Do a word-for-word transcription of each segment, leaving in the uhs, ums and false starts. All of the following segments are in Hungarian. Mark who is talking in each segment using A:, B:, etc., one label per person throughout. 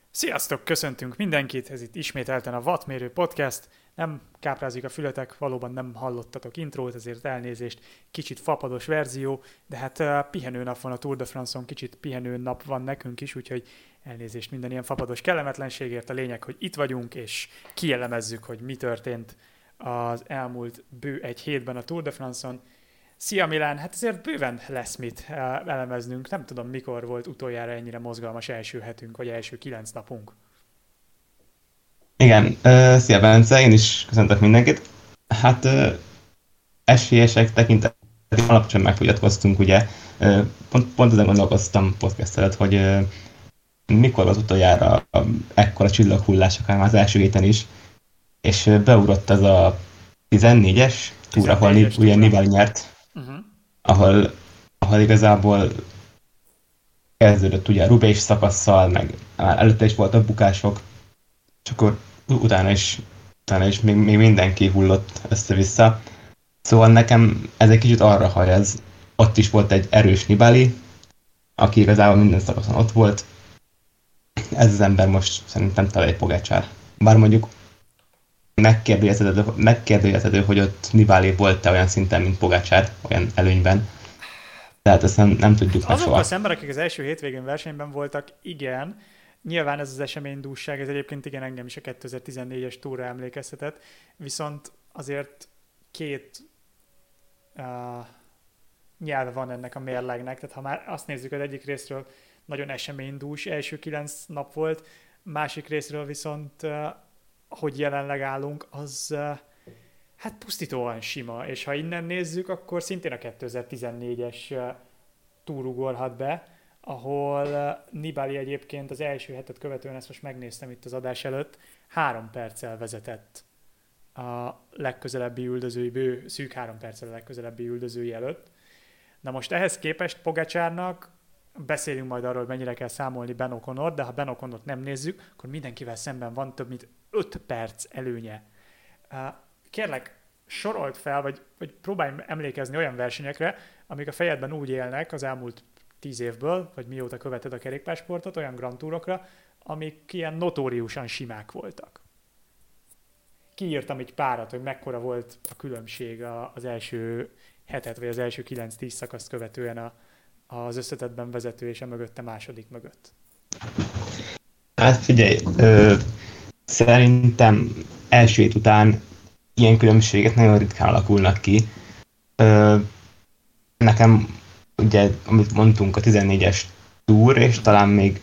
A: Sziasztok, köszöntünk mindenkit, ez itt ismételten a Wattmérő Podcast. Nem káprázik a fületek, valóban nem hallottatok intrót, ezért elnézést, kicsit fapados verzió, de hát uh, pihenőnap van a Tour de France-on, kicsit pihenőnap van nekünk is, úgyhogy elnézést minden ilyen fapados kellemetlenségért. A lényeg, hogy itt vagyunk, és kielemezzük, hogy mi történt az elmúlt bő egy hétben a Tour de France-on. Szia Milán, hát ezért bőven lesz mit uh, elemeznünk. Nem tudom, mikor volt utoljára ennyire mozgalmas első hetünk, vagy első kilenc napunk.
B: Igen, uh, szia Bence, én is köszöntök mindenkit. Hát uh, esélyesek tekintetében alapvetően megfogyatkoztunk, ugye. Uh, pont, pont ezen gondolkoztam podcast előtt, hogy uh, mikor az utoljára um, ekkora csillaghullás, akár már az első héten is, és uh, beugrott ez a tizennégyes túra, ahol Ni- ugye Nibali nyert, uh-huh. ahol, ahol igazából kezdődött ugye a Roubaix szakasszal, meg már előtte is voltak bukások, és akkor utána is, utána is még, még mindenki hullott össze-vissza. Szóval nekem ez egy kicsit arra hajaz. Ott is volt egy erős Nibali, aki igazából minden szakaszon ott volt. Ez az ember most szerintem tele egy Pogačar. Bár mondjuk megkérdőjelezhető, megkérdőjelezhető, hogy ott Nibali volt-e olyan szinten, mint Pogačar, olyan előnyben. Tehát ezt nem, nem tudjuk meg
A: soha. Azok az emberek, akik az első hétvégén versenyben voltak, igen. Nyilván ez az eseménydússág, ez egyébként igen engem is a kétezer-tizennégyes túra emlékeztetett, viszont azért két uh, nyelve van ennek a mérlegnek, tehát ha már azt nézzük, az egyik részről nagyon eseménydús első kilenc nap volt, másik részről viszont, uh, hogy jelenleg állunk, az uh, hát pusztítóan sima, és ha innen nézzük, akkor szintén a kétezer-tizennégyes uh, túr ugorhat be, ahol Nibali egyébként az első hetet követően, ezt most megnéztem itt az adás előtt, három perccel vezetett a legközelebbi üldözői, bő, szűk három perccel a legközelebbi üldözői előtt. Na most ehhez képest Pogačarnak, beszélünk majd arról, hogy mennyire kell számolni Ben O'Connort, de ha Ben O'Connort nem nézzük, akkor mindenkivel szemben van több mint öt perc előnye. Kérlek, sorold fel, vagy, vagy próbálj emlékezni olyan versenyekre, amik a fejedben úgy élnek az elmúlt tíz évből, vagy mióta követed a kerékpársportot, olyan Grand Tourokra, amik ilyen notóriusan simák voltak. Kiírtam egy párat, hogy mekkora volt a különbség az első hetet, vagy az első kilenc-tíz szakaszt követően a, az összetettben vezető és a mögötte második mögött.
B: Hát figyelj, ö, szerintem első hét után ilyen különbségek nagyon ritkán alakulnak ki. Ö, nekem ugye, amit mondtunk, a tizennégyes túr, és talán még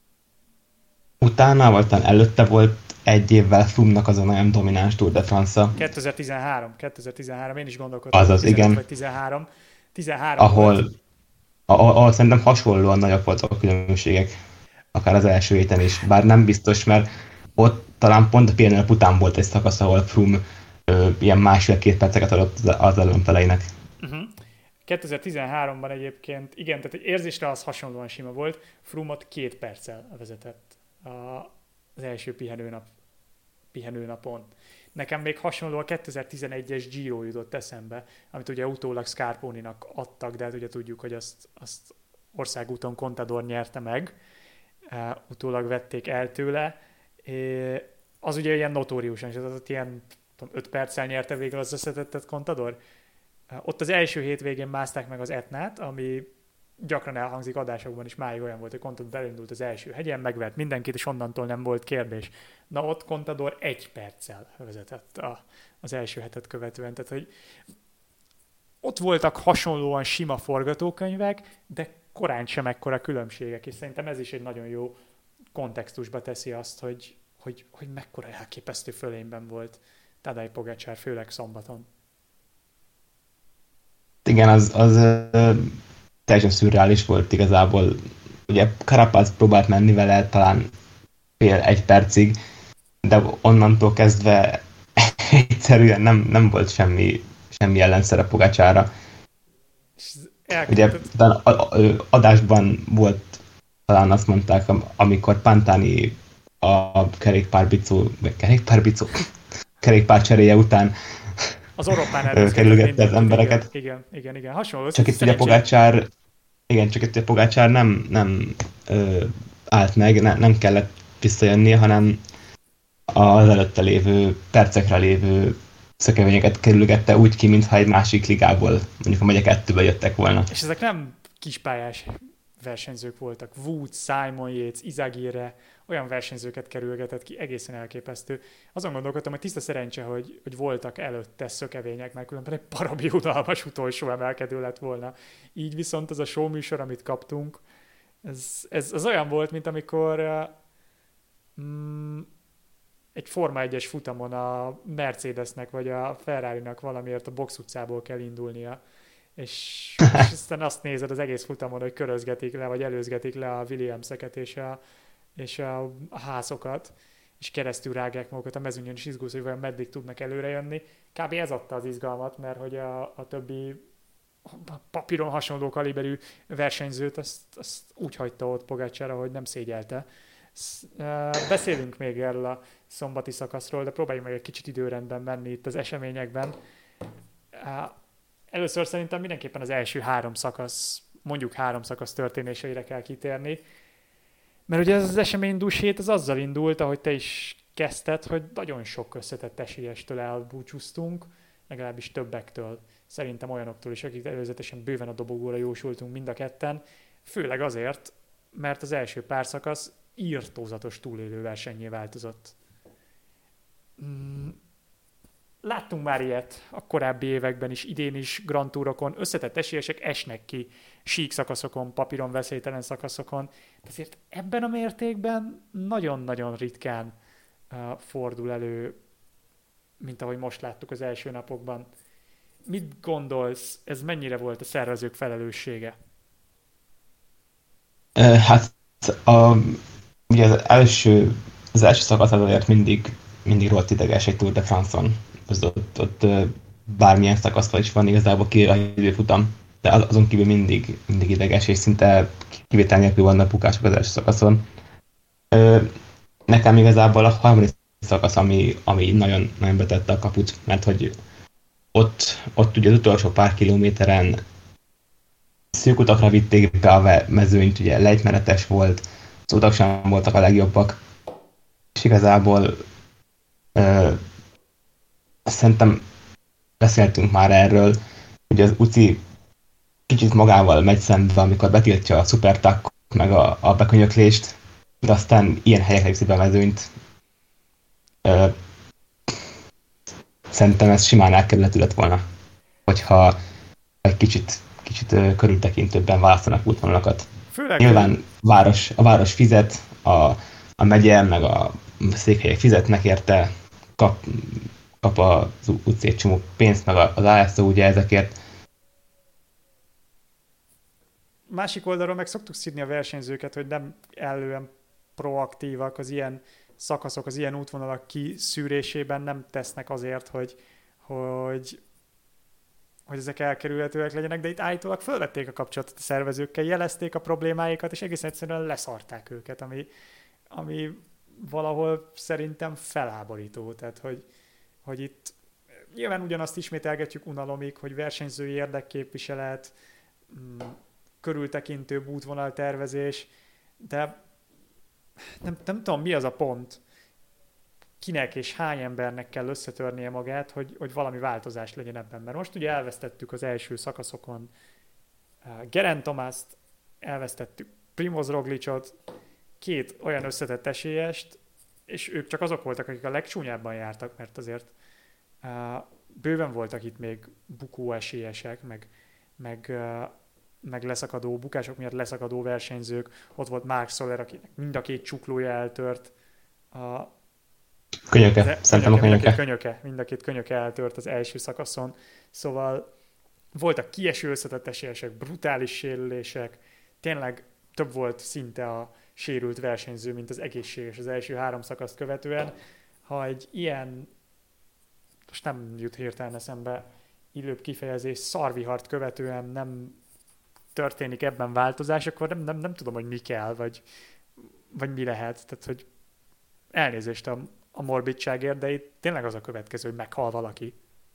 B: utána, vagy talán előtte volt egy évvel Froome-nak azon nagyon domináns Tour de France-a.
A: kétezer-tizenhárom, kétezer-tizenhárom, én is gondolkodtam.
B: Azaz, igen.
A: Vagy tizenhárom. tizenhárom
B: ahol,
A: volt.
B: Ahol, ahol szerintem hasonlóan nagyobb voltak a különbségek, akár az első héten is. Bár nem biztos, mert ott talán pont a Pyrenők után volt egy szakasz, ahol Froome ö, ilyen másfél-két perceket adott az ellenfeleinek.
A: Uh-huh. kétezer-tizenháromban egyébként, igen, tehát egy érzésre az hasonlóan sima volt, Froome-ot két perccel vezetett a, az első pihenőnap, pihenőnapon. Nekem még hasonló a kétezer-tizenegyes Giro jutott eszembe, amit ugye utólag Scarponinak adtak, de hát ugye tudjuk, hogy azt, azt országúton Contador nyerte meg, uh, utólag vették el tőle. Uh, az ugye ilyen notóriusan, és az ott ilyen öt perccel nyerte végül az összetettet Contador. Ott az első hétvégén mászták meg az Etnát, ami gyakran elhangzik adásokban is, máig olyan volt, hogy Contador elindult az első hegyen, megvert mindenkit, és onnantól nem volt kérdés. Na ott Contador egy perccel vezetett a, az első hetet követően. Tehát, hogy ott voltak hasonlóan sima forgatókönyvek, de korán sem ekkora különbségek, és szerintem ez is egy nagyon jó kontextusba teszi azt, hogy, hogy, hogy mekkora elképesztő fölényben volt Tadej Pogačar, főleg szombaton.
B: Igen, az, az ö, teljesen szürreális volt igazából. Ugye Carapaz próbált menni vele talán fél egy percig, de onnantól kezdve egyszerűen nem, nem volt semmi, semmi ellenszere Pogačarra. Ugye talán adásban volt, talán azt mondták, amikor Pantani a kerékpárbicó, kerékpárbicó, kerékpár cseréje után
A: az Oroppán
B: kerülgette az embereket.
A: Igen, igen, igen. Hasonló.
B: Csak itt ugye Pogačar, igen, csak itt a Pogačar nem, nem ö, állt meg, ne, nem kellett visszajönnie, hanem az előtte lévő, percekre lévő szökevényeket kerülgette úgy ki, mintha egy másik ligából, mondjuk a Megye kettőbe jöttek volna.
A: És ezek nem kispályás versenyzők voltak. Wood, Simon Yates, Izagirre, olyan versenyzőket kerülgetett ki, egészen elképesztő. Azon gondolkodtam, hogy tiszta szerencse, hogy, hogy voltak előtte szökevények, mert különben egy parabi unalmas utolsó emelkedő lett volna. Így viszont az a show műsor, amit kaptunk, ez, ez az olyan volt, mint amikor mm, egy Forma egyes futamon a Mercedesnek vagy a Ferrarinak valamiért a box utcából kell indulnia. És, és aztán azt nézed az egész futamon, hogy körözgetik le, vagy előzgetik le a Williamseket és a, és a, a házokat, és keresztül rágják magukat a mezőnyön, és izgulsz, hogy vajon meddig tudnak előrejönni. Kb. Ez adta az izgalmat, mert hogy a, a többi papíron hasonló kaliberű versenyzőt azt, azt úgy hagyta ott Pogačar, hogy nem szégyelte. Beszélünk még erről a szombati szakaszról, de próbáljunk meg egy kicsit időrendben menni itt az eseményekben. Először szerintem mindenképpen az első három szakasz, mondjuk három szakasz történéseire kell kitérni. Mert ugye az eseménydús hét az azzal indult, ahogy te is kezdted, hogy nagyon sok összetett esélyestől elbúcsúztunk, legalábbis többektől. Szerintem olyanoktól is, akik előzetesen bőven a dobogóra jósultunk mind a ketten. Főleg azért, mert az első pár szakasz irtózatos túlélő versennyé változott. Mm. Láttunk már ilyet a korábbi években is, idén is Grand Tourokon, összetett esélyesek esnek ki sík szakaszokon, papíron veszélytelen szakaszokon. De azért ebben a mértékben nagyon-nagyon ritkán uh, fordul elő, mint ahogy most láttuk az első napokban. Mit gondolsz, ez mennyire volt a szervezők felelőssége?
B: Hát a, ugye az első, az első szakasz azért mindig, mindig rohadt ideges egy Tour de France-on. Az ott, ott bármilyen szakaszval is van igazából ki a időfutam, de azon kívül mindig, mindig ideges, és szinte kivétel nélkül vannak bukások az első szakaszon. Nekem igazából a harmadik szakasz, ami, ami nagyon, nagyon betette a kaput, mert hogy ott, ott ugye az utolsó pár kilométeren szűk utakra vitték be a mezőnyt, ugye lejtmenetes volt, az utak sem voltak a legjobbak, és igazából szerintem beszéltünk már erről, hogy az u cé i kicsit magával megy szembe, amikor betiltja a szupertakot, meg a, a bekönyöklést, de aztán ilyen helyekre viszi be a mezőnyt. Ö, szerintem ez simán elkerülhető lett volna, hogyha egy kicsit, kicsit ö, körültekintőbben választanak útvonalakat. Főleg nyilván város, a város fizet, a, a megye, meg a székhelyek fizetnek érte, kap, kap az u cé egy csomó pénzt, meg az á es o ugye ezekért.
A: Másik oldalról meg szoktuk szidni a versenyzőket, hogy nem elően proaktívak az ilyen szakaszok, az ilyen útvonalak kiszűrésében, nem tesznek azért, hogy, hogy, hogy ezek elkerülhetőek legyenek, de itt állítólag fölvették a kapcsolatot a szervezőkkel, jelezték a problémáikat, és egész egyszerűen leszarták őket, ami, ami valahol szerintem feláborító. Tehát, hogy, hogy itt nyilván ugyanazt ismételgetjük unalomig, hogy versenyzői érdekképviselet, körültekintőbb útvonaltervezés, de nem, nem tudom, mi az a pont, kinek és hány embernek kell összetörnie magát, hogy, hogy valami változás legyen ebben. Mert most ugye elvesztettük az első szakaszokon Geraint Thomást, elvesztettük Primoz Roglicot, két olyan összetett esélyest, és ők csak azok voltak, akik a legcsúnyábban jártak, mert azért uh, bőven voltak itt még bukó esélyesek, meg, meg, uh, meg leszakadó, bukások miatt leszakadó versenyzők. Ott volt Marc Soler, akinek mind a két csuklója eltört. A,
B: könyöke, az, szerintem a könyöke.
A: Mind a két könyöke. Mind a két könyöke eltört az első szakaszon. Szóval voltak kieső összetett esélyesek, brutális sérülések, tényleg több volt szinte a sérült versenyző, mint az egészséges az első három szakaszt követően. Ha egy ilyen, most nem jut hirtelen eszembe illőbb kifejezés, szarvihart követően nem történik ebben változás, akkor nem, nem, nem tudom, hogy mi kell, vagy, vagy mi lehet. Tehát, hogy elnézést a, a morbidságért, de itt tényleg az a következő, hogy meghal valaki.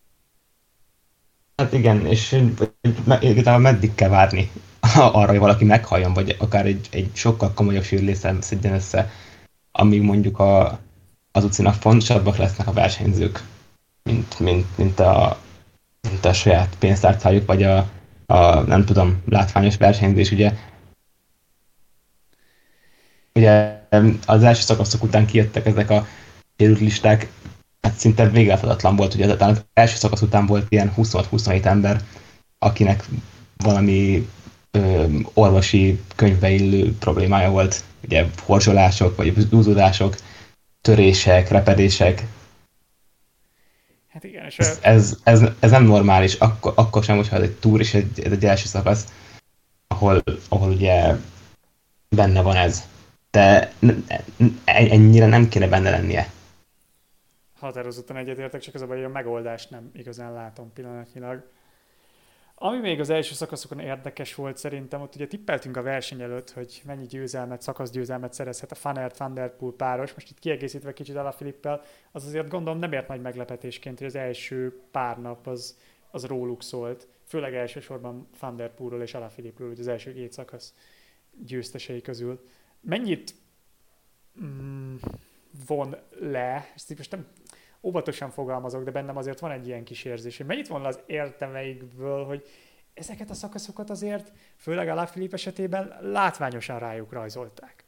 B: Hát igen, és igazából meddig kell várni arra, hogy valaki meghalljon, vagy akár egy, egy sokkal komolyabb sérülés szedjen össze. amíg mondjuk a, az utcinak fontosabbak lesznek a versenyzők, mint, mint, mint, a, mint a saját pénztárcájuk, vagy a, a, nem tudom, látványos versenyzés, ugye. Ugye az első szakaszok után kijöttek ezek a sérült listák, hát szinte végelhatatlan volt, ugye az első szakasz után volt ilyen huszonhat-huszonhét ember, akinek valami ö, orvosi könyvbe illő problémája volt, ugye horzsolások, vagy zúzódások, törések, repedések.
A: Hát igen, és
B: Ez, ez, ez, ez nem normális, akkor, akkor sem, hogyha ez egy túr és egy, ez egy első szakasz, ahol, ahol ugye benne van ez. De ennyire nem kéne benne lennie.
A: határozottan egyetértek, csak az a baj, hogy a megoldást nem igazán látom pillanatnyilag. Ami még az első szakaszokon érdekes volt szerintem, ott ugye tippeltünk a verseny előtt, hogy mennyi győzelmet, szakaszgyőzelmet szerezhet a Van Aert Van Der Poel páros. Most itt kiegészítve kicsit Alaphilippel, az azért gondolom nem ért nagy meglepetésként, hogy az első pár nap az, az róluk szólt. Főleg elsősorban Van Der Poelről és Alaphilippről, hogy az első két szakasz győztesei közül. Mennyit mm, von le, ezt most nem óvatosan fogalmazok, de bennem azért van egy ilyen kis érzés, hogy mennyit von le az értelmeikből, hogy ezeket a szakaszokat azért, főleg a Alaphilippe esetében látványosan rájuk rajzolták.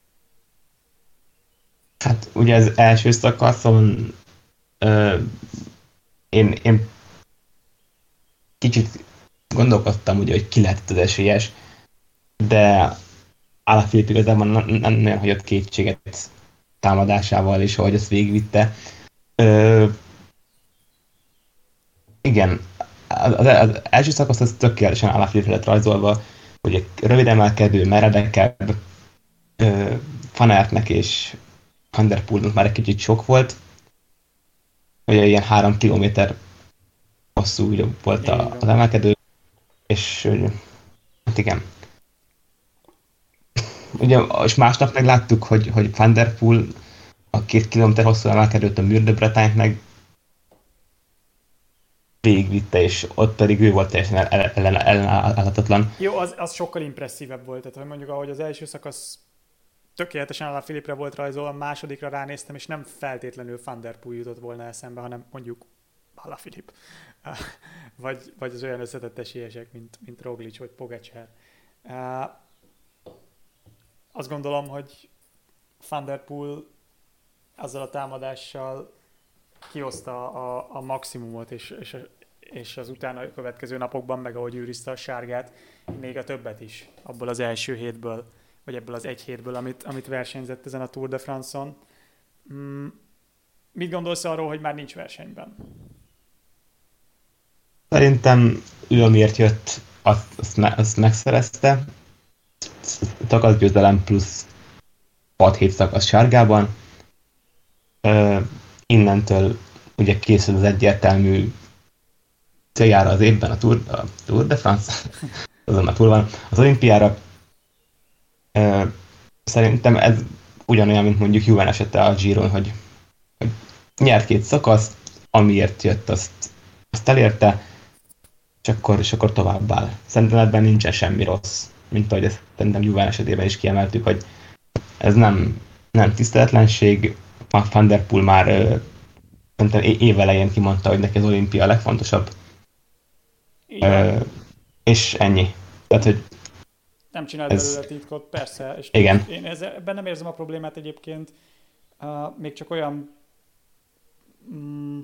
B: Hát ugye az első szakaszon ö, én, én kicsit gondolkodtam, ugye, hogy ki lehetett az esélyes, de Alaphilippe igazából nem, nem nagyon hagyott kétséget támadásával, és ahogy ezt végigvitte. Ö, igen, az, az első szakasz az tökéletesen Alaphilippe lett rajzolva, hogy rövid emelkedő, meredekebb, ö, Van Aertnek és Van Der Poelnak már egy kicsit sok volt, ugye ilyen három kilométer hosszú ugye, volt a, az emelkedő, és hát igen. Ugye, és másnap megláttuk, hogy, hogy Van Der Poel a két kilométer hosszú emelkedőt a Mur de Bretagne meg végigvitte, és ott pedig ő volt teljesen ellenállhatatlan. Ellen, ellen,
A: Jó, az, az sokkal impresszívebb volt, tehát hogy mondjuk ahogy az első szakasz tökéletesen Alaphilippe volt rajzolva, a másodikra ránéztem, és nem feltétlenül Van Der Poel jutott volna eszembe, hanem mondjuk Alaphilippe. vagy, vagy az olyan összetett esélyesek, mint, mint Roglic vagy Pogačar. Azt gondolom, hogy Van Der Poel azzal a támadással kihozta a, a maximumot, és, és, és az utána következő napokban, meg ahogy őrizte a sárgát, még a többet is abból az első hétből, vagy ebből az egy hétből, amit, amit versenyzett ezen a Tour de France-on. Mm, mit gondolsz arról, hogy már nincs versenyben?
B: Szerintem ő amiért jött, azt, azt, me, azt megszerezte. Takaszgyőzelem plusz hat-hét szakasz sárgában. Ö, innentől ugye készül az egyértelmű céljára az évben a Tour, a Tour de France, azon már túl van, az olimpiára. Ö, szerintem ez ugyanolyan, mint mondjuk Juven esete a Giron, hogy, hogy nyert két szakaszt, amiért jött, azt, azt elérte, és akkor, és akkor tovább áll. Szerintem ebben nincsen semmi rossz, mint ahogy ezt szerintem Juven esetében is kiemeltük, hogy ez nem, nem tiszteletlenség. Van Der Poel már szerintem évelején kimondta, hogy neki az olimpia a legfontosabb. Ö, és ennyi. Tehát, hogy
A: nem csinált ez... belőle titkot, persze. És
B: igen.
A: Én ezzel, ebben nem érzem a problémát egyébként. Uh, még csak olyan mm,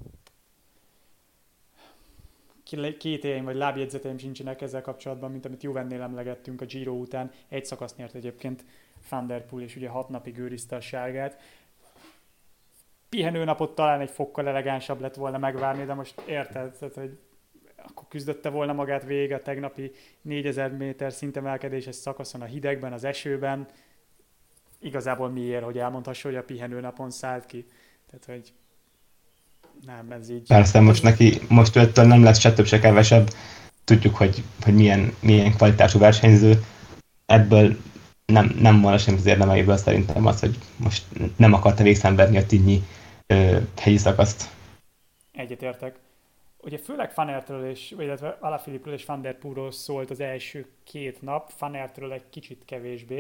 A: két éljeim vagy lábjegyzeteim sincsenek ezzel kapcsolatban, mint amit Juvennél emlegettünk a Giro után. Egy szakasz nyert egyébként Van Der Poel, és ugye hat napig őrizte a sárgát. Pihenőnapot talán egy fokkal elegánsabb lett volna megvárni, de most érted, tehát, hogy akkor küzdötte volna magát végig a tegnapi négyezer méter szintemelkedéses szakaszon, a hidegben, az esőben. Igazából miért, hogy elmondhassa, hogy a pihenőnapon szállt ki. Tehát, hogy nem, ez így...
B: Persze, most neki, most ettől nem lesz se több, se kevesebb. Tudjuk, hogy, hogy milyen, milyen kvalitású versenyző. Ebből nem, nem volna sem az érdemeiből szerintem az, hogy most nem akarta végszenvedni a Tigny ö, hegyi szakaszt.
A: Egyetértek. Ugye főleg Van Aertről és, illetve Alaphilippről és Van Der Poelről szólt az első két nap, Van Aertről egy kicsit kevésbé.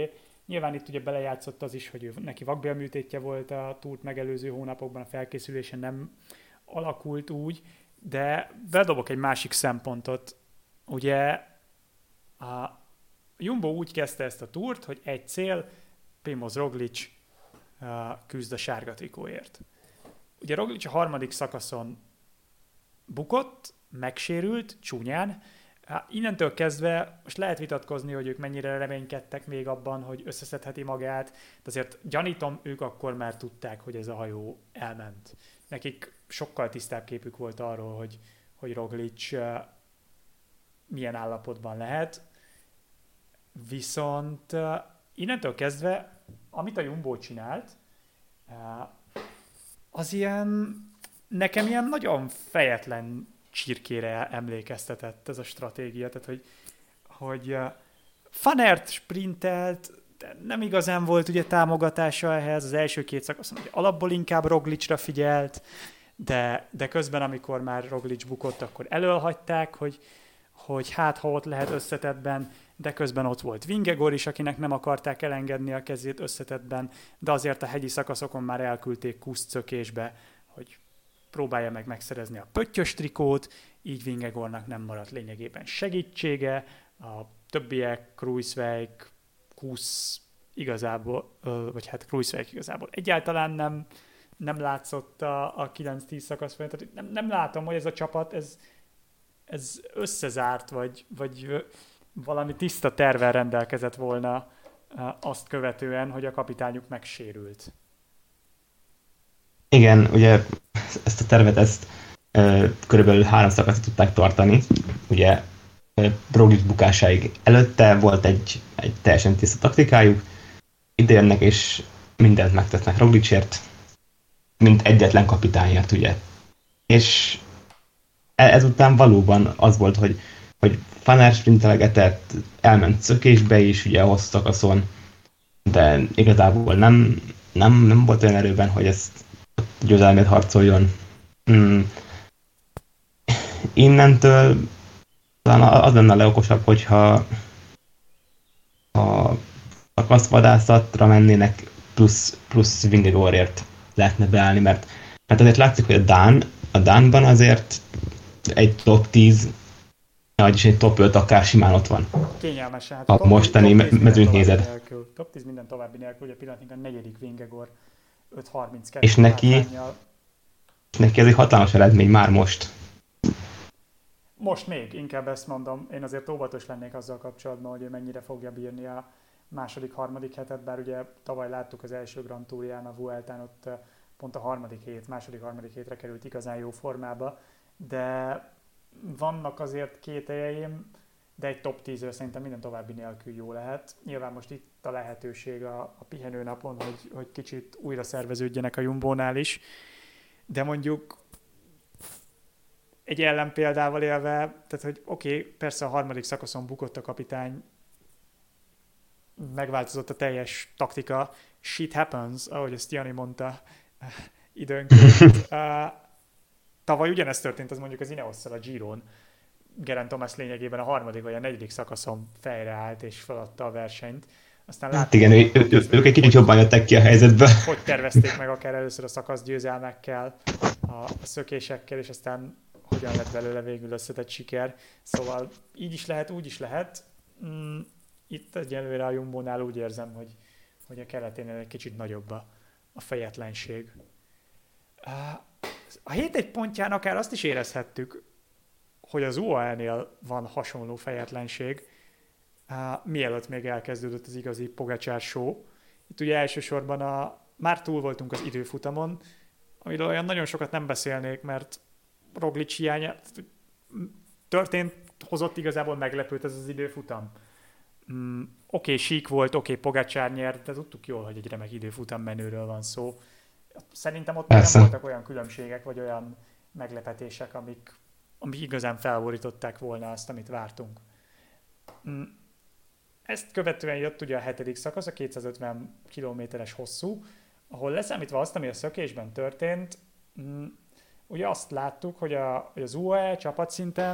A: Nyilván itt ugye belejátszott az is, hogy ő, neki vakbélműtétje volt a túrt megelőző hónapokban, a felkészülésen nem alakult úgy, de bedobok egy másik szempontot. Ugye a Jumbo úgy kezdte ezt a túrt, hogy egy cél, Primoz Roglic uh, küzd a sárga trikóért. Ugye Roglic a harmadik szakaszon bukott, megsérült, csúnyán. Hát innentől kezdve most lehet vitatkozni, hogy ők mennyire reménykedtek még abban, hogy összeszedheti magát, de azért gyanítom, ők akkor már tudták, hogy ez a hajó elment. Nekik sokkal tisztább képük volt arról, hogy, hogy Roglic uh, milyen állapotban lehet. Viszont uh, innentől kezdve, amit a Jumbo csinált, uh, az ilyen, nekem ilyen nagyon fejetlen csirkére emlékeztetett ez a stratégia, tehát hogy, hogy uh, Van Aert sprintelt, de nem igazán volt ugye támogatása ehhez, az első két szakaszon ugye alapból inkább Roglicra figyelt, de, de közben, amikor már Roglic bukott, akkor elölhagyták, hogy, hogy hát ha ott lehet összetettben, de közben ott volt Vingegaard is, akinek nem akarták elengedni a kezét összetettben, de azért a hegyi szakaszokon már elküldték kuszcökésbe, hogy próbálja meg megszerezni a pöttyös trikót, így Vingegaardnak nem maradt lényegében segítsége, a többiek, Kruijswijk, Kusz igazából, vagy hát Kruijswijk igazából egyáltalán nem, nem látszott a, a kilenc-tíz szakasz folyamán, tehát nem, nem látom, hogy ez a csapat, ez, ez összezárt, vagy, vagy valami tiszta tervvel rendelkezett volna azt követően, hogy a kapitányuk megsérült.
B: Igen, ugye ezt a tervet ezt e, körülbelül három szakaszra tudták tartani. Ugye e, Roglic bukásáig előtte volt egy, egy teljesen tiszta taktikájuk, ide jönnek és mindent megtesznek Roglicért, mint egyetlen kapitányért, ugye. És ezután valóban az volt, hogy, hogy Van Aert sprintelgetett, elment szökésbe is, ugye a hosszú szakaszon, de igazából nem, nem, nem volt olyan erőben, hogy ezt győzelmét harcoljon. Mm. Innentől talán az lenne a legokosabb, hogyha a szakaszvadászatra mennének, plusz, plusz Vingegaardért lehetne beállni, mert, mert azért látszik, hogy a Dán, a Dánban azért egy top tíz, vagyis egy top öt akár simán ott van.
A: Kényelmesen. Hát
B: a
A: top,
B: mostani
A: top
B: mezőnyt nézed.
A: Nélkül, top tíz minden további nélkül, ugye pillanatnyilag a negyedik Vingegaard öt harminckettő.
B: És neki, és neki ez egy hatalmas eredmény már most.
A: Most még, inkább ezt mondom. Én azért óvatos lennék azzal kapcsolatban, hogy ő mennyire fogja bírni a második, harmadik hetet, bár ugye tavaly láttuk az első Grand Tourján, a Vueltán, ott pont a harmadik hét, második, harmadik hétre került igazán jó formába, de vannak azért kételjeim, de egy top tízről szerintem minden további nélkül jó lehet. Nyilván most itt a lehetőség a, a pihenőnapon, hogy, hogy kicsit újra szerveződjenek a Jumbónál is, de mondjuk egy ellenpéldával élve, tehát hogy oké, okay, persze a harmadik szakaszon bukott a kapitány, megváltozott a teljes taktika, shit happens, ahogy ezt Jani mondta időnként. Uh, tavaly ugyanezt történt, az mondjuk az Ineosszal a Giron. Geraint Thomas lényegében a harmadik vagy a negyedik szakaszon fejreállt és feladta a versenyt. Aztán
B: hát igen, ő, ő, ő, ők egy kicsit jobban jöttek ki a helyzetbe.
A: Hogy tervezték meg akár először a szakasz győzelmekkel, a, a szökésekkel, és aztán hogyan lett belőle végül összetett siker. Szóval így is lehet, úgy is lehet. Mm, itt egyelőre a Jumbónál úgy érzem, hogy, hogy a keleténél egy kicsit nagyobb a, a fejetlenség. A hét egy pontján akár azt is érezhettük, hogy az u á é-nél van hasonló fejetlenség, mielőtt még elkezdődött az igazi Pogačar show. Itt ugye elsősorban a, már túl voltunk az időfutamon, amiről olyan nagyon sokat nem beszélnék, mert Roglic hiánya történt, hozott igazából meglepőt ez az időfutam. Mm, oké, okay, sík volt, oké, okay, Pogačar nyert, de tudtuk jól, hogy egy remek időfutam menőről van szó. Szerintem ott nem voltak olyan különbségek, vagy olyan meglepetések, amik, amik igazán felborították volna azt, amit vártunk. Mm. Ezt követően jött ugye a hetedik szakasz, a kétszázötven kilométeres hosszú, ahol leszámítva azt, ami a szökésben történt, mm, ugye azt láttuk, hogy, a, hogy az u á é csapatszinten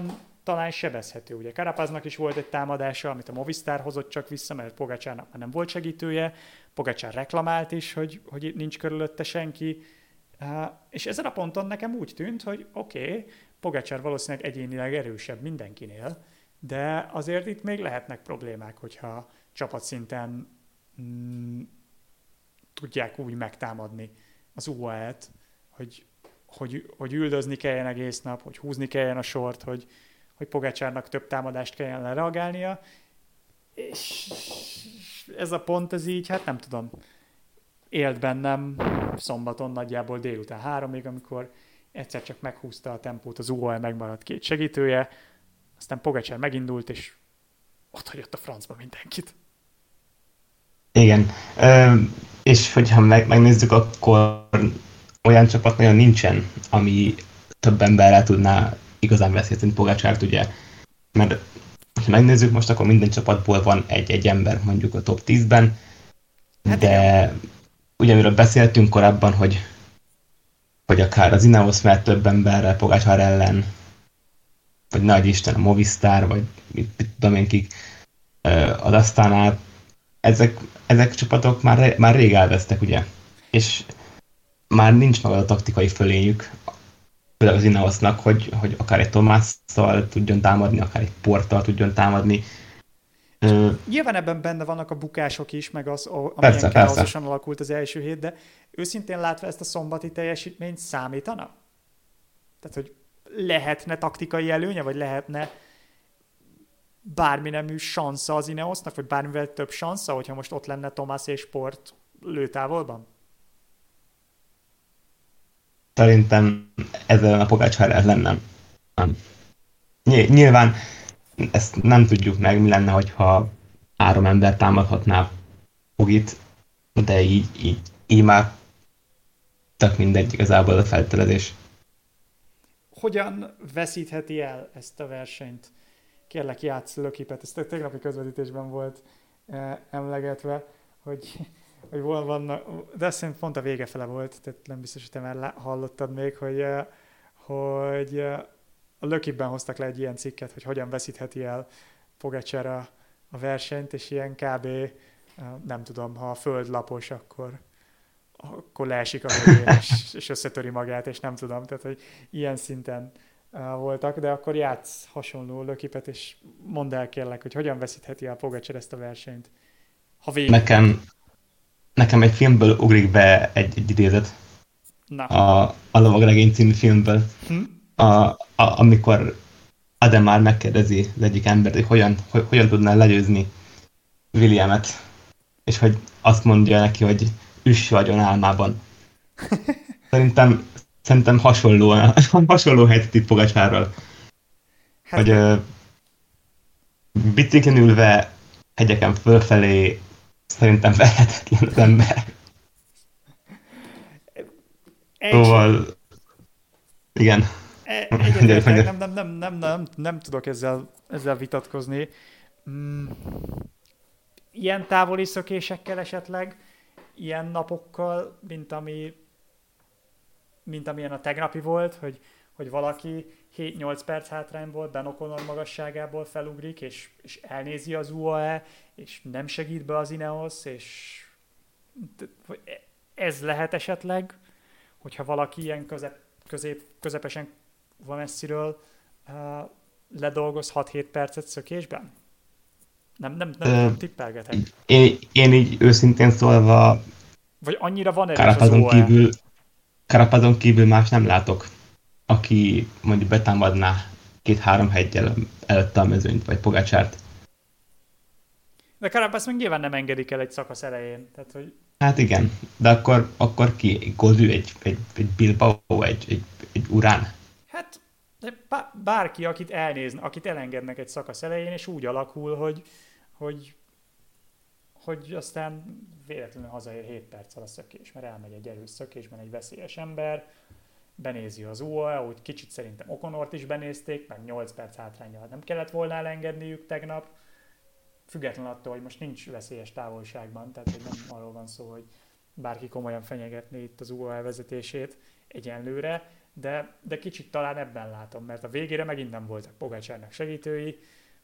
A: talán sebezhető. Ugye Carapaznak is volt egy támadása, amit a Movistar hozott csak vissza, mert Pogačarnak már nem volt segítője. Pogačar reklamált is, hogy, hogy nincs körülötte senki. Uh, és ezen a ponton nekem úgy tűnt, hogy oké, okay, Pogačar valószínűleg egyénileg erősebb mindenkinél, de azért itt még lehetnek problémák, hogyha csapatszinten mm, tudják úgy megtámadni az u á é-t, hogy, hogy, hogy üldözni kelljen egész nap, hogy húzni kelljen a sort, hogy, hogy Pogačarnak több támadást kelljen lereagálnia, és ez a pont, ez így, hát nem tudom, élt bennem szombaton nagyjából délután háromig, amikor egyszer csak meghúzta a tempót az u á é, megmaradt két segítője, aztán Pogačar megindult, és ott hagyott a francba mindenkit.
B: Igen, Ö, és hogyha meg, megnézzük, akkor olyan csapat nagyon nincsen, ami több emberrel tudná igazán veszélyeztetni Pogačart, ugye, mert ha megnézzük most, akkor minden csapatból van egy-egy ember mondjuk a top tízben, hát de igen. Ugye, amiről beszéltünk korábban, hogy, hogy akár az Ineos mehet több emberrel Pogačar ellen, vagy nagy Isten a Movistar, vagy mit, mit tudom én kik, az Astana, ezek, ezek csapatok már, már rég elvesztek, ugye, és már nincs meg a taktikai fölényük, például az Ineosnak, hogy, hogy akár egy Tomásszal tudjon támadni, akár egy Porttal tudjon támadni.
A: Ö... Nyilván ebben benne vannak a bukások is, meg az, amilyen káoszosan alakult az első hét, de őszintén látva ezt a szombati teljesítményt számítana? Tehát, hogy lehetne taktikai előnye, vagy lehetne bármi nemű sansza az Ineosnak, vagy bármivel több sansza, hogyha most ott lenne Tomás és Port lőtávolban?
B: Szerintem ezzel a Pogačar ellen nem. nem. Nyilván ezt nem tudjuk meg, mi lenne, hogyha három ember támadhatná Pogit, de így, így, így már tök mindegy igazából a feltelezés.
A: Hogyan veszítheti el ezt a versenyt? Kérlek, játsz lökipet. Ez a tegnapi közvetítésben volt eh, emlegetve, hogy, hogy hol vannak, de azt hiszem pont a vége fele volt, tehát nem biztos, hogy te már hallottad még, hogy, eh, hogy eh, a lökipben hoztak le egy ilyen cikket, hogy hogyan veszítheti el Pogačar a, a versenyt, és ilyen kb. Eh, nem tudom, ha a föld lapos, akkor akkor leesik a végén, és, és összetöri magát, és nem tudom, tehát, hogy ilyen szinten uh, voltak, de akkor játsz hasonló lökipet, és mondd el kérlek, hogy hogyan veszítheti el Pogačar ezt a versenyt, ha végig.
B: Nekem, nekem egy filmből ugrik be egy, egy idézet.
A: Na.
B: A, a Lovagregény című filmből, hm? a, a, amikor Ademar megkérdezi az egyik embert, hogy hogyan, hogy, hogyan tudná legyőzni Williamet, és hogy azt mondja neki, hogy üss vagyon álmában. Szerintem, szerintem hasonló, hasonló helyzet itt Pogačarral. Hát hogy uh, biciklen ülve hegyeken fölfelé szerintem vehetetlen az ember. Szóval, igen.
A: Egyetértek, nem, nem, nem, nem, nem, nem tudok ezzel, ezzel vitatkozni. Mm. Ilyen távoli szökésekkel esetleg, ilyen napokkal, mint ami mint amilyen a tegnapi volt, hogy, hogy valaki hét-nyolc perc hátrányból, Ben O'Connor magasságából felugrik, és, és elnézi az u á é, és nem segít be az Ineos, és ez lehet esetleg, hogyha valaki ilyen közep, közép, közepesen van messziről uh, ledolgoz hat-hét percet szökésben? Nem, nem, nem,
B: Ö,
A: nem tippelgetek.
B: Én, én így őszintén szólva
A: vagy annyira van erős az u á é?
B: Kívül, Carapazon kívül más nem látok, aki mondjuk betámadná két-három heggyel előtte a mezőnyt, vagy Pogačart.
A: De Carapaz meg nyilván nem engedik el egy szakasz elején. Tehát, hogy...
B: Hát igen, de akkor, akkor ki? Egy Gozű, egy, egy, egy Bilbao, egy, egy, egy Urán?
A: Hát bárki, akit elnéznek, akit elengednek egy szakasz elején, és úgy alakul, hogy, hogy, hogy aztán véletlenül hazaér hét perccel a szökés, mert elmegy egy erős szökésben egy veszélyes ember, benézi az u á é, úgy kicsit szerintem O'Connort is benézték, meg nyolc perc hátránnyal nem kellett volna elengedniük tegnap, függetlenül attól, hogy most nincs veszélyes távolságban, tehát hogy nem arról van szó, hogy bárki komolyan fenyegetné itt az u á é vezetését egyenlőre, de, de kicsit talán ebben látom, mert a végére megint nem voltak Pogačarnak segítői.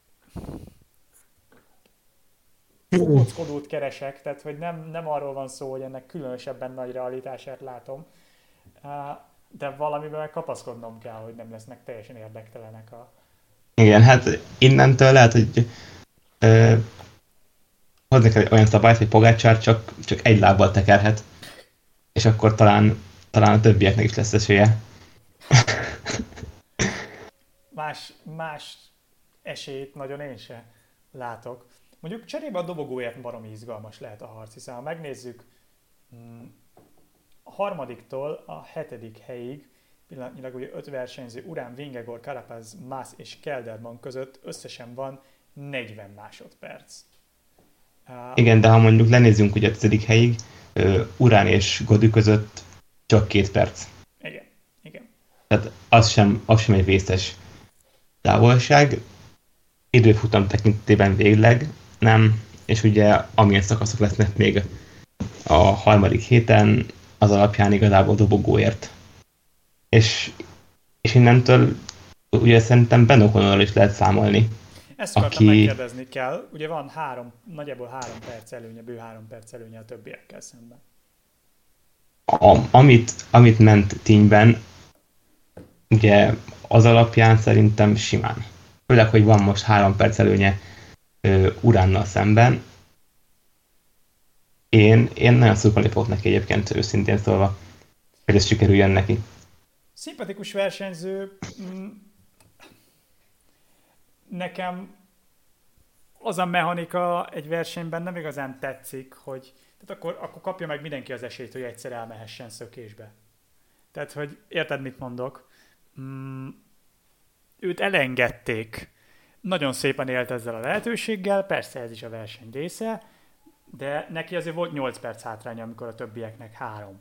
A: Kockodót keresek, tehát hogy nem, nem arról van szó, hogy ennek különösebben nagy realitását látom, de valamiben meg kapaszkodnom kell, hogy nem lesznek teljesen érdektelenek a...
B: Igen, hát innentől lehet, hogy ö, hozni kell olyan szabályt, hogy Pogačar csak, csak egy lábbal tekerhet, és akkor talán, talán a többieknek is lesz esélye.
A: Más, más esélyt nagyon én se látok. Mondjuk cserébe a dobogóért baromi izgalmas lehet a harc, hiszen ha megnézzük a harmadiktól a hetedik helyig, pillanatnyilag ugye öt versenyző Urán, Vingegaard, Carapaz, Mas és Kelderman között összesen van negyven másodperc.
B: Igen, de ha mondjuk lenézzünk ugye a tizedik helyig, Urán és Gody között csak két perc.
A: Igen, igen.
B: Tehát az sem, az sem egy vészes távolság. Időfutam tekintetében végleg nem, és ugye amilyen szakaszok lesznek még a harmadik héten, az alapján igazából dobogóért. És, és innentől ugye szerintem Ben O'Connorral is lehet számolni.
A: Ezt akartam aki... megkérdezni kell. Ugye van három, nagyjából három perc előnye, bő három perc előnye a többiekkel szemben.
B: A, amit, amit ment tényben, ugye az alapján szerintem simán. Főleg, hogy van most három perc előnye uh, Uránnal szemben. Én, én nagyon szurkolni fogok neki egyébként, őszintén szólva, hogy ez sikerüljön neki.
A: Szimpatikus versenyző. Nekem az a mechanika egy versenyben nem igazán tetszik, hogy tehát akkor, akkor kapja meg mindenki az esélyt, hogy egyszer elmehessen szökésbe. Tehát, hogy érted, mit mondok? Mm, őt elengedték. Nagyon szépen élt ezzel a lehetőséggel, persze ez is a verseny része, de neki azért volt nyolc perc hátránya, amikor a többieknek három.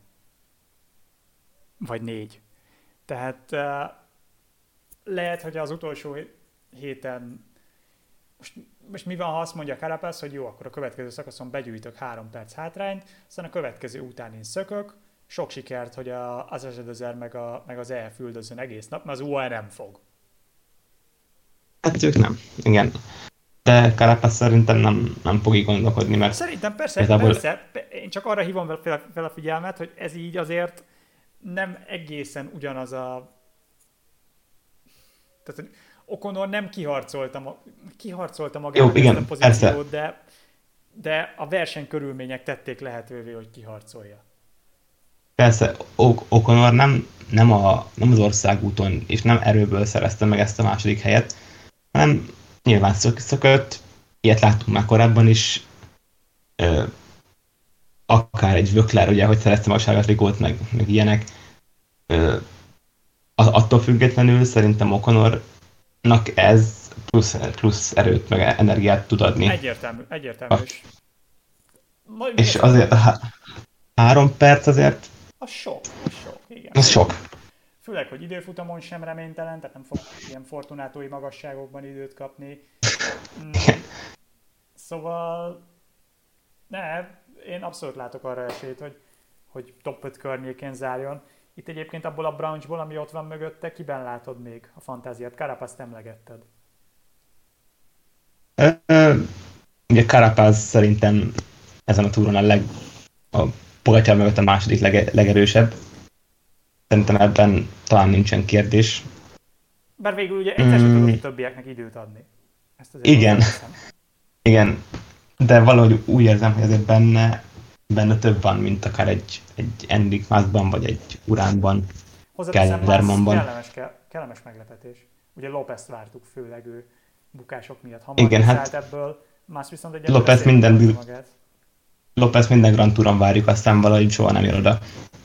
A: Vagy négy. Tehát uh, lehet, hogy az utolsó héten most, most mi van, ha azt mondja Carapaz, hogy jó, akkor a következő szakaszon begyűjtök három perc hátrányt, aztán a következő után én szökök, sok sikert, hogy a, az Azadözer meg, a, meg az E F üldözön egész nap, mert az u á e nem fog.
B: Hát ők nem, igen. De Carapaz szerintem nem, nem fog így gondolkodni, mert...
A: Szerintem persze, igazából... persze, én csak arra hívom fel, fel a figyelmet, hogy ez így azért nem egészen ugyanaz a... Tehát, hogy O'Connor nem kiharcolta, kiharcolta magának ezt a pozíciót, de, de a verseny körülmények tették lehetővé, hogy kiharcolja.
B: Persze, O'Connor nem, nem, a, nem az országúton és nem erőből szerezte meg ezt a második helyet, hanem nyilván szökött, ilyet láttunk már korábban is, ö, akár egy Vökler, ugye, hogy szerezte meg a sárga trikót, meg, meg ilyenek. Ö, attól függetlenül szerintem O'Connornak ez plusz, plusz erőt, meg energiát tud adni.
A: Egyértelmű, egyértelmű. A, és
B: és azért a há- három perc azért...
A: A sok, a sok, igen.
B: Az sok.
A: Főleg, hogy időfutamon sem reménytelen, tehát nem fog ilyen fortunátói magasságokban időt kapni. Mm. Szóval, ne, én abszolút látok arra esélyt, hogy, hogy top öt környékén zárjon. Itt egyébként abból a branchból, ami ott van mögötte, kiben látod még a fantáziát? Carapazt emlegetted.
B: Ö, ugye Carapaz szerintem ezen a túron a leg... a Pogačar mögött a második lege, legerősebb. Szerintem ebben talán nincsen kérdés.
A: Bár végül ugye egyszer sem tudod többieknek időt adni. Ezt
B: igen. Igen. De valahogy úgy érzem, hogy azért benne, benne több van, mint akár egy, egy Enric Masban, vagy egy Uránban,
A: Keldermanban. Kellemes, kellemes meglepetés. Ugye Lópezt vártuk, főleg ő bukások miatt hamar
B: igen, hát
A: ebből. Más viszont egy
B: López minden, López minden Grand Touron várjuk, aztán valahogy soha nem jön oda.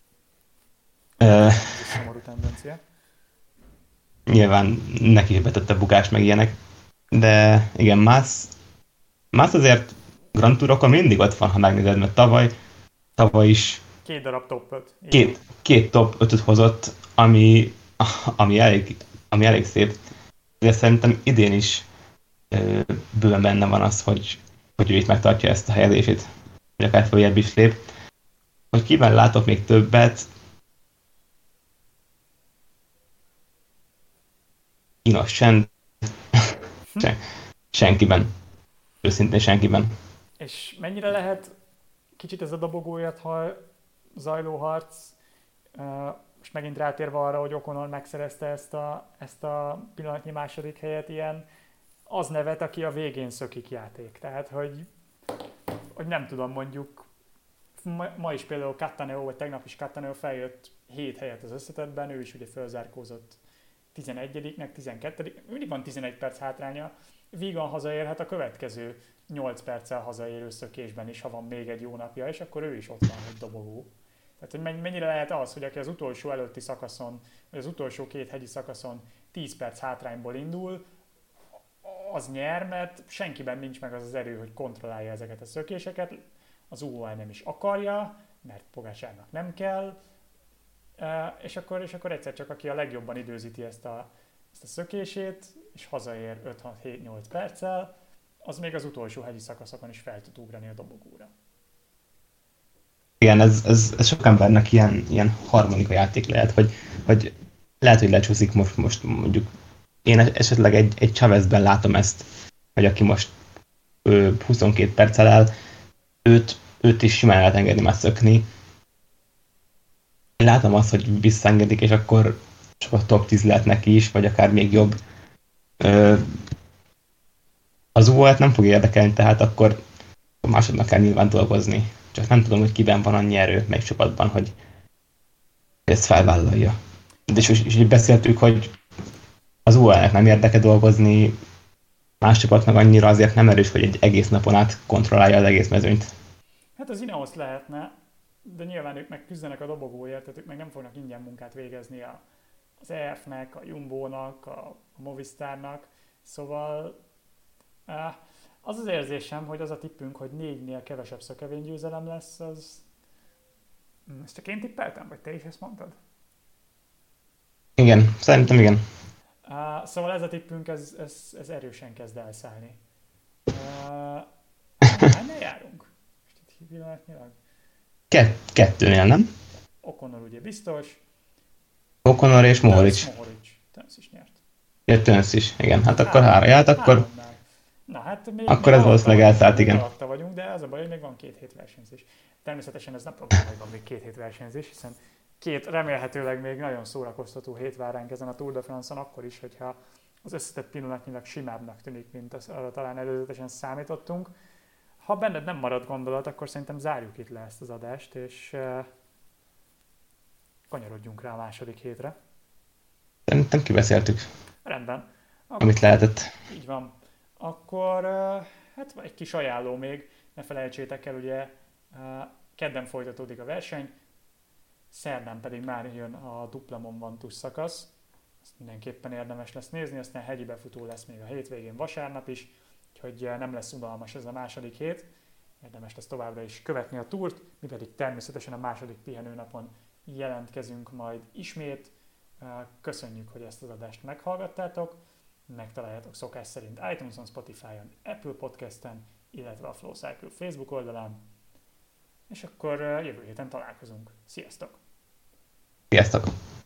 A: Szomorú tendencia.
B: Nyilván neki is betette bukást, meg ilyenek. De igen, Mas, Mas azért Grand Tourokon mindig ott van, ha megnézed, mert tavaly, tavaly is
A: két darab top öt.
B: Két, két top ötöt hozott, ami, ami, elég, ami elég szép. De szerintem idén is ö, bőven benne van az, hogy, hogy ő itt megtartja ezt a helyezését, hogy akár följebb is lép. Hogy kiben látok még többet, inos csend,
A: Hm.
B: sen, senkiben. Őszintén senkiben.
A: És mennyire lehet kicsit ez a dobogóját, ha zajló harc, most megint rátérve arra, hogy O'Connor megszerezte ezt a, ezt a pillanatnyi második helyet, ilyen az nevet, aki a végén szökik játék. Tehát, hogy, hogy nem tudom, mondjuk ma, ma is például Cattaneo, vagy tegnap is Cattaneo feljött hét helyet az összetettben, ő is ugye fölzárkózott tizenegyediknek, tizenkettedik mindig van tizenegy perc hátránya, Vigan hazaérhet a következő nyolc perccel hazaérő szökésben is, ha van még egy jó napja, és akkor ő is ott van, hogy dobogó. Tehát, hogy mennyire lehet az, hogy aki az utolsó előtti szakaszon, vagy az utolsó két hegyi szakaszon tíz perc hátrányból indul, az nyer, mert senkiben nincs meg az az erő, hogy kontrollálja ezeket a szökéseket. Az u á e nem is akarja, mert Pogačarnak nem kell, és akkor, és akkor egyszer csak aki a legjobban időzíti ezt a, ezt a szökését, és hazaér öt hat hét nyolc perccel, az még az utolsó hegyi szakaszokon is fel tud ugrani a dobogóra.
B: Igen, ez, ez, ez sok embernek ilyen, ilyen harmonika játék lehet, hogy, hogy lehet, hogy lecsúszik most, most mondjuk. Én esetleg egy, egy Chavezben látom ezt, hogy aki most ő, huszonkét perccel el, őt, őt is simán lehet engedni már szökni. Én látom azt, hogy visszaengedik, és akkor csak a top tíz lehet neki is, vagy akár még jobb. Ö, az u á é-t nem fog érdekelni, tehát akkor a másodnak kell nyilván dolgozni. Csak nem tudom, hogy kiben van annyi erő, melyik csapatban, hogy ezt felvállalja. De és, és, és beszéltük, hogy az u á é-nek nem érdeke dolgozni, más csapatnak annyira azért nem erős, hogy egy egész napon át kontrollálja az egész mezőnyt.
A: Hát az Ineos lehetne, de nyilván ők meg küzdenek a dobogóért, tehát ők meg nem fognak ingyen munkát végezni a, az é ef-nek, a Jumbo-nak, a, a Movistarnak, szóval eh, az az érzésem, hogy az a tippünk, hogy négynél kevesebb szökevénygyőzelem lesz, az... Ezt csak én tippeltem, vagy te is ezt mondtad?
B: Igen, szerintem igen.
A: Uh, szóval ez a tippünk, ez, ez, ez erősen kezd elszállni. Uh, Hányan járunk? Most itt pillanatnyilag.
B: Ke- kettőnél, nem?
A: O'Connor ugye biztos.
B: O'Connor és Mohoric.
A: Mohoric. Tönsz is nyert.
B: Ja, Tönsz is, igen. Hát akkor három. Ja, hát akkor,
A: Na hát még,
B: akkor
A: még
B: ez valószínűleg elszállt, igen.
A: Alatta vagyunk, de az a baj, hogy még van két hét versenyzés. Természetesen ez nem probléma, hogy van még két hét versenyzés, hiszen két remélhetőleg még nagyon szórakoztató hét vár ránk ezen a Tour de France-on, akkor is, hogyha az összetett pillanatnyilag simábbnak tűnik, mint az, arra talán előzetesen számítottunk. Ha benned nem marad gondolat, akkor szerintem zárjuk itt le ezt az adást, és uh, kanyarodjunk rá a második hétre.
B: Szerintem kibeszéltük.
A: Rendben. Akkor,
B: amit lehetett.
A: Így van. Akkor uh, hát egy kis ajánló még, ne felejtsétek el, ugye uh, kedden folytatódik a verseny, szerdán pedig már jön a dupla Mont Ventoux szakasz, ezt mindenképpen érdemes lesz nézni, aztán hegyi befutó lesz még a hétvégén vasárnap is, úgyhogy nem lesz unalmas ez a második hét, érdemes lesz továbbra is követni a túrt, mi pedig természetesen a második pihenőnapon jelentkezünk majd ismét. Köszönjük, hogy ezt az adást meghallgattátok, megtaláljátok szokás szerint iTunes-on, Spotify-on, Apple Podcast-en, illetve a Flow Cycle Facebook oldalán, és akkor jövő héten találkozunk. Sziasztok!
B: Sziasztok!